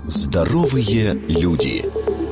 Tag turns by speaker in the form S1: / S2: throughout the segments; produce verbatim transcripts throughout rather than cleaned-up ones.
S1: Здоровые люди.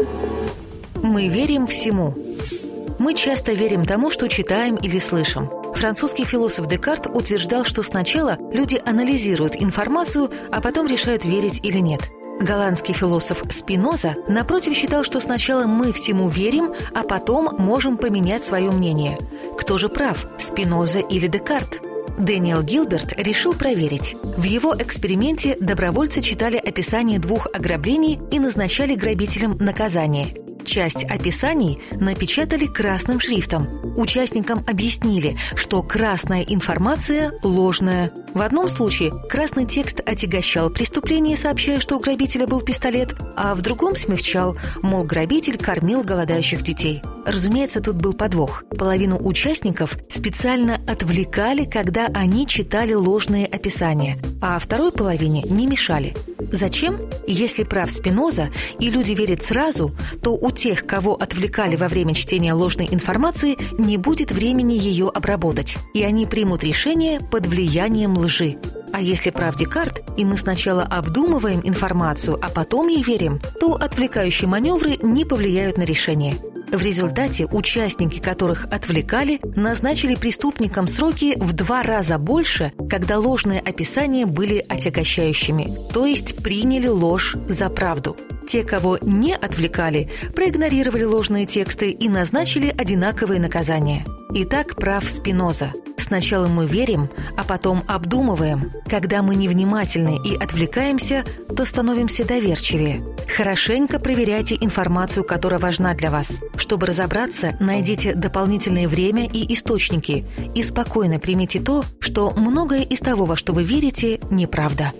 S2: Мы верим всему. Мы часто верим тому, что читаем или слышим. Французский философ Декарт утверждал, что сначала люди анализируют информацию, а потом решают, верить или нет. Голландский философ Спиноза, напротив, считал, что сначала мы всему верим, а потом можем поменять свое мнение. Кто же прав, Спиноза или Декарт? Дэниел Гилберт решил проверить. В его эксперименте добровольцы читали описание двух ограблений и назначали грабителям наказание. Часть описаний напечатали красным шрифтом. Участникам объяснили, что красная информация ложная. В одном случае красный текст отягощал преступление, сообщая, что у грабителя был пистолет, а в другом смягчал, мол, грабитель кормил голодающих детей. Разумеется, тут был подвох. Половину участников специально отвлекали, когда они читали ложные описания, а второй половине не мешали. Зачем? Если прав Спиноза и люди верят сразу, то у тех, кого отвлекали во время чтения ложной информации, не будет времени ее обработать, и они примут решение под влиянием лжи. А если прав Декарт, и мы сначала обдумываем информацию, а потом ей верим, то отвлекающие маневры не повлияют на решение. В результате участники, которых отвлекали, назначили преступникам сроки в два раза больше, когда ложные описания были отягощающими, то есть приняли ложь за правду. Те, кого не отвлекали, проигнорировали ложные тексты и назначили одинаковые наказания. Итак, прав Спиноза. Сначала мы верим, а потом обдумываем. Когда мы невнимательны и отвлекаемся, то становимся доверчивее. Хорошенько проверяйте информацию, которая важна для вас. Чтобы разобраться, найдите дополнительное время и источники. И спокойно примите то, что многое из того, во что вы верите, неправда.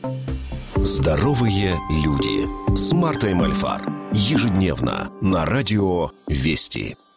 S1: Здоровые люди с Мартой Мальфар. Ежедневно на радио Вести.